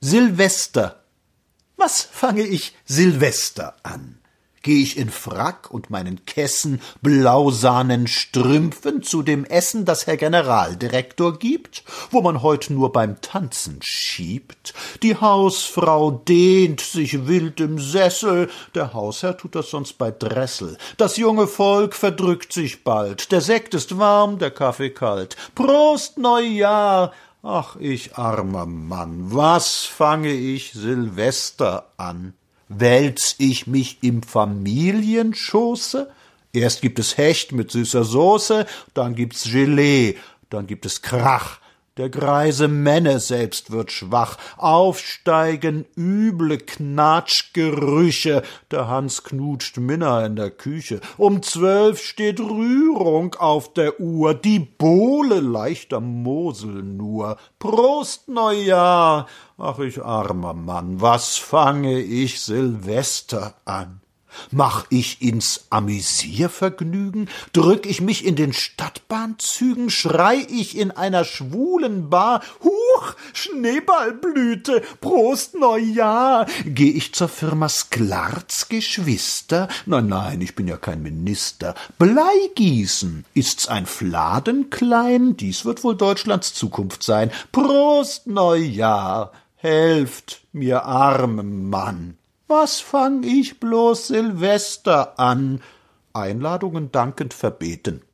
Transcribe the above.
Silvester. Was fange ich Silvester an? Geh ich in Frack und meinen Kessen blausahnen Strümpfen zu dem Essen, das Herr Generaldirektor gibt, wo man heut nur beim Tanzen schiebt? Die Hausfrau dehnt sich wild im Sessel, der Hausherr tut das sonst bei Dressel. Das junge Volk verdrückt sich bald, der Sekt ist warm, der Kaffee kalt. Prost Neujahr! Ach, ich armer Mann, was fange ich Silvester an? Wälz ich mich im Familienschoße? Erst gibt es Hecht mit süßer Soße, dann gibt's Gelee, dann gibt es Krach. Der greise Menne selbst wird schwach, aufsteigen üble Knatschgerüche, der Hans knutscht Minna in der Küche. Um 12 steht Rührung auf der Uhr, die Bowle leicht am Mosel nur. Prost Neujahr! Ach, ich armer Mann, was fange ich Silvester an? Mach ich ins Amüsiervergnügen? Drück ich mich in den Stadtbahnzügen? Schrei ich in einer schwulen Bar? Huch, Schneeballblüte, Prost Neujahr! Geh ich zur Firma Sklarz Geschwister? Nein, ich bin ja kein Minister. Bleigießen, ist's ein Fladenklein? Dies wird wohl Deutschlands Zukunft sein. Prost Neujahr! Helft mir, armem Mann! Was fang ich bloß Silvester an? Einladungen dankend verbeten.